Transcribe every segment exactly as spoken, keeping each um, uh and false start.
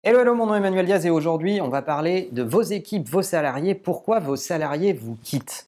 Hello, hello, mon nom est Emmanuel Diaz et aujourd'hui on va parler de vos équipes, vos salariés, pourquoi vos salariés vous quittent.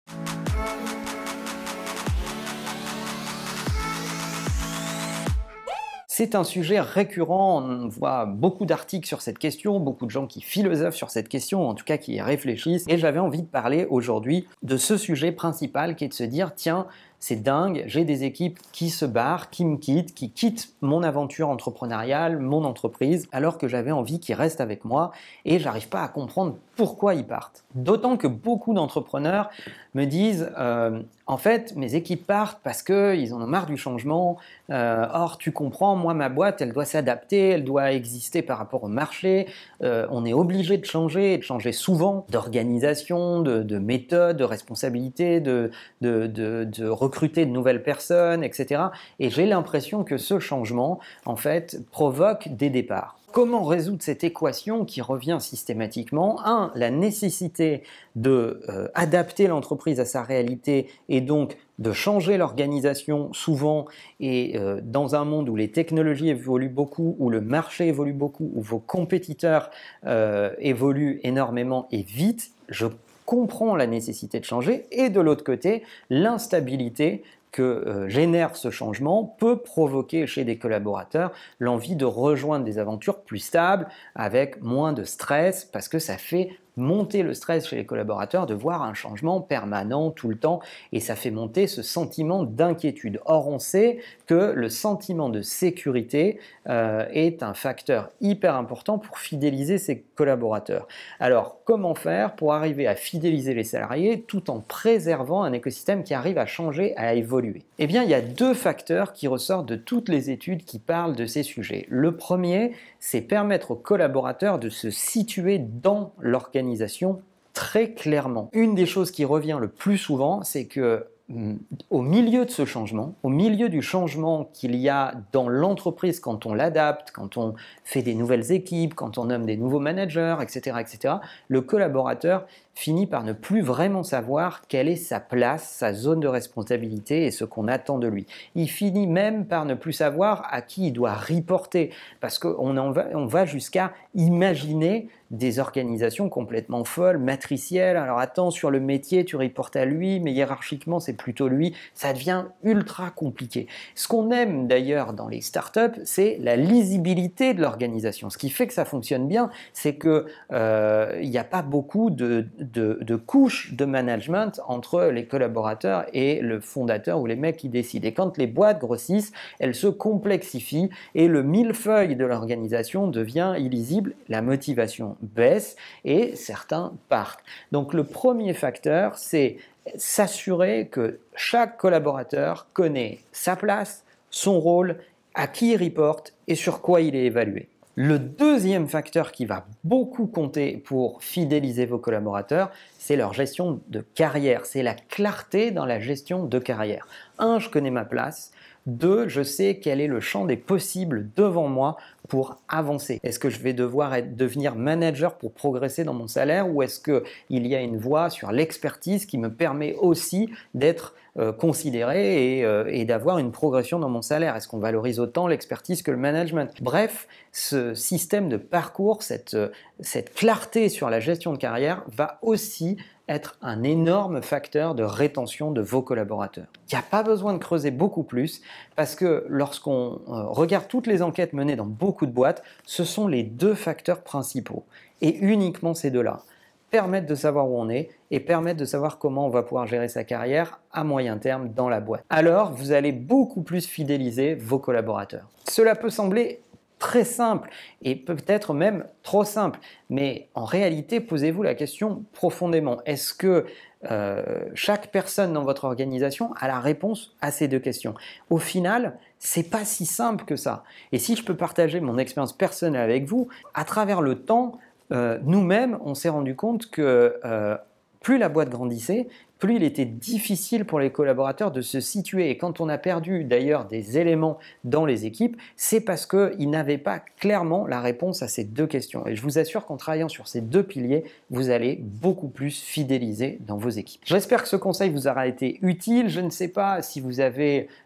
C'est un sujet récurrent, on voit beaucoup d'articles sur cette question, beaucoup de gens qui philosophent sur cette question, en tout cas qui y réfléchissent, et j'avais envie de parler aujourd'hui de ce sujet principal qui est de se dire tiens, c'est dingue, j'ai des équipes qui se barrent, qui me quittent, qui quittent mon aventure entrepreneuriale, mon entreprise, alors que j'avais envie qu'ils restent avec moi et j'arrive pas à comprendre pourquoi ils partent. D'autant que beaucoup d'entrepreneurs me disent euh, en fait, mes équipes partent parce qu'ils en ont marre du changement. Euh, or, tu comprends, moi, ma boîte, elle doit s'adapter, elle doit exister par rapport au marché. Euh, on est obligé de changer, et de changer souvent d'organisation, de, de méthode, de responsabilité, de, de, de, de recruter de nouvelles personnes, et cetera. Et j'ai l'impression que ce changement, en fait, provoque des départs. Comment résoudre cette équation qui revient systématiquement? un. La nécessité d'adapter euh, l'entreprise à sa réalité et donc de changer l'organisation souvent et euh, dans un monde où les technologies évoluent beaucoup, où le marché évolue beaucoup, où vos compétiteurs euh, évoluent énormément et vite, je comprends la nécessité de changer et de l'autre côté, l'instabilité que euh, génère ce changement peut provoquer chez des collaborateurs l'envie de rejoindre des aventures plus stables, avec moins de stress, parce que ça fait monter le stress chez les collaborateurs de voir un changement permanent tout le temps et ça fait monter ce sentiment d'inquiétude. Or, on sait que le sentiment de sécurité euh, est un facteur hyper important pour fidéliser ses collaborateurs. Alors, comment faire pour arriver à fidéliser les salariés tout en préservant un écosystème qui arrive à changer, à évoluer? Eh bien, il y a deux facteurs qui ressortent de toutes les études qui parlent de ces sujets. Le premier, c'est permettre aux collaborateurs de se situer dans l'organisation très clairement. Une des choses qui revient le plus souvent, c'est que au milieu de ce changement, au milieu du changement qu'il y a dans l'entreprise quand on l'adapte, quand on fait des nouvelles équipes, quand on nomme des nouveaux managers, et cetera, et cetera, le collaborateur finit par ne plus vraiment savoir quelle est sa place, sa zone de responsabilité et ce qu'on attend de lui. Il finit même par ne plus savoir à qui il doit reporter, parce qu'on en va, on va jusqu'à imaginer des organisations complètement folles, matricielles. Alors attends, sur le métier, tu reportes à lui, mais hiérarchiquement, c'est plutôt lui. Ça devient ultra compliqué. Ce qu'on aime d'ailleurs dans les startups, c'est la lisibilité de l'organisation. Ce qui fait que ça fonctionne bien, c'est qu'il euh, n'y a pas beaucoup de, de, de couches de management entre les collaborateurs et le fondateur ou les mecs qui décident. Et quand les boîtes grossissent, elles se complexifient et le millefeuille de l'organisation devient illisible. La motivation baisse et certains partent. Donc le premier facteur, c'est s'assurer que chaque collaborateur connaît sa place, son rôle, à qui il reporte et sur quoi il est évalué. Le deuxième facteur qui va beaucoup compter pour fidéliser vos collaborateurs, c'est leur gestion de carrière, c'est la clarté dans la gestion de carrière. Un, je connais ma place. Deux, je sais quel est le champ des possibles devant moi pour avancer. Est-ce que je vais devoir être, devenir manager pour progresser dans mon salaire ou est-ce qu'il y a une voie sur l'expertise qui me permet aussi d'être euh, considéré et, euh, et d'avoir une progression dans mon salaire? Est-ce qu'on valorise autant l'expertise que le management? Bref, ce système de parcours, cette, cette clarté sur la gestion de carrière va aussi être un énorme facteur de rétention de vos collaborateurs. Il n'y a pas besoin de creuser beaucoup plus parce que lorsqu'on euh, regarde toutes les enquêtes menées dans beaucoup de boîtes, ce sont les deux facteurs principaux et uniquement ces deux-là permettent de savoir où on est et permettent de savoir comment on va pouvoir gérer sa carrière à moyen terme dans la boîte. Alors, vous allez beaucoup plus fidéliser vos collaborateurs. Cela peut sembler très simple et peut-être même trop simple. Mais en réalité, posez-vous la question profondément. Est-ce que euh, chaque personne dans votre organisation a la réponse à ces deux questions? Au final, c'est pas si simple que ça. Et si je peux partager mon expérience personnelle avec vous, à travers le temps, euh, nous-mêmes, on s'est rendu compte que euh, plus la boîte grandissait, plus il était difficile pour les collaborateurs de se situer. Et quand on a perdu d'ailleurs des éléments dans les équipes, c'est parce qu'ils n'avaient pas clairement la réponse à ces deux questions. Et je vous assure qu'en travaillant sur ces deux piliers, vous allez beaucoup plus fidéliser dans vos équipes. J'espère que ce conseil vous aura été utile. Je ne sais pas si vous avez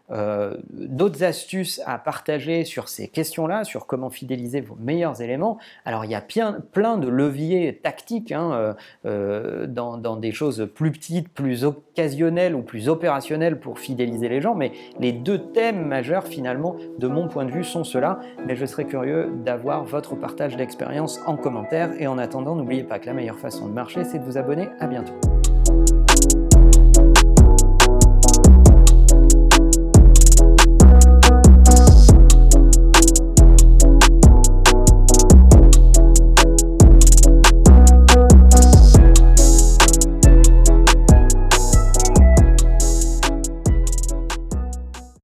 euh, d'autres astuces à partager sur ces questions-là, sur comment fidéliser vos meilleurs éléments. Alors il y a plein, plein de leviers tactiques hein, euh, euh, dans, dans des choses plus petites, plus occasionnelles ou plus opérationnelles pour fidéliser les gens, mais les deux thèmes majeurs finalement de mon point de vue sont ceux-là. Mais je serais curieux d'avoir votre partage d'expérience en commentaire, et en attendant, n'oubliez pas que la meilleure façon de marcher, c'est de vous abonner. À bientôt.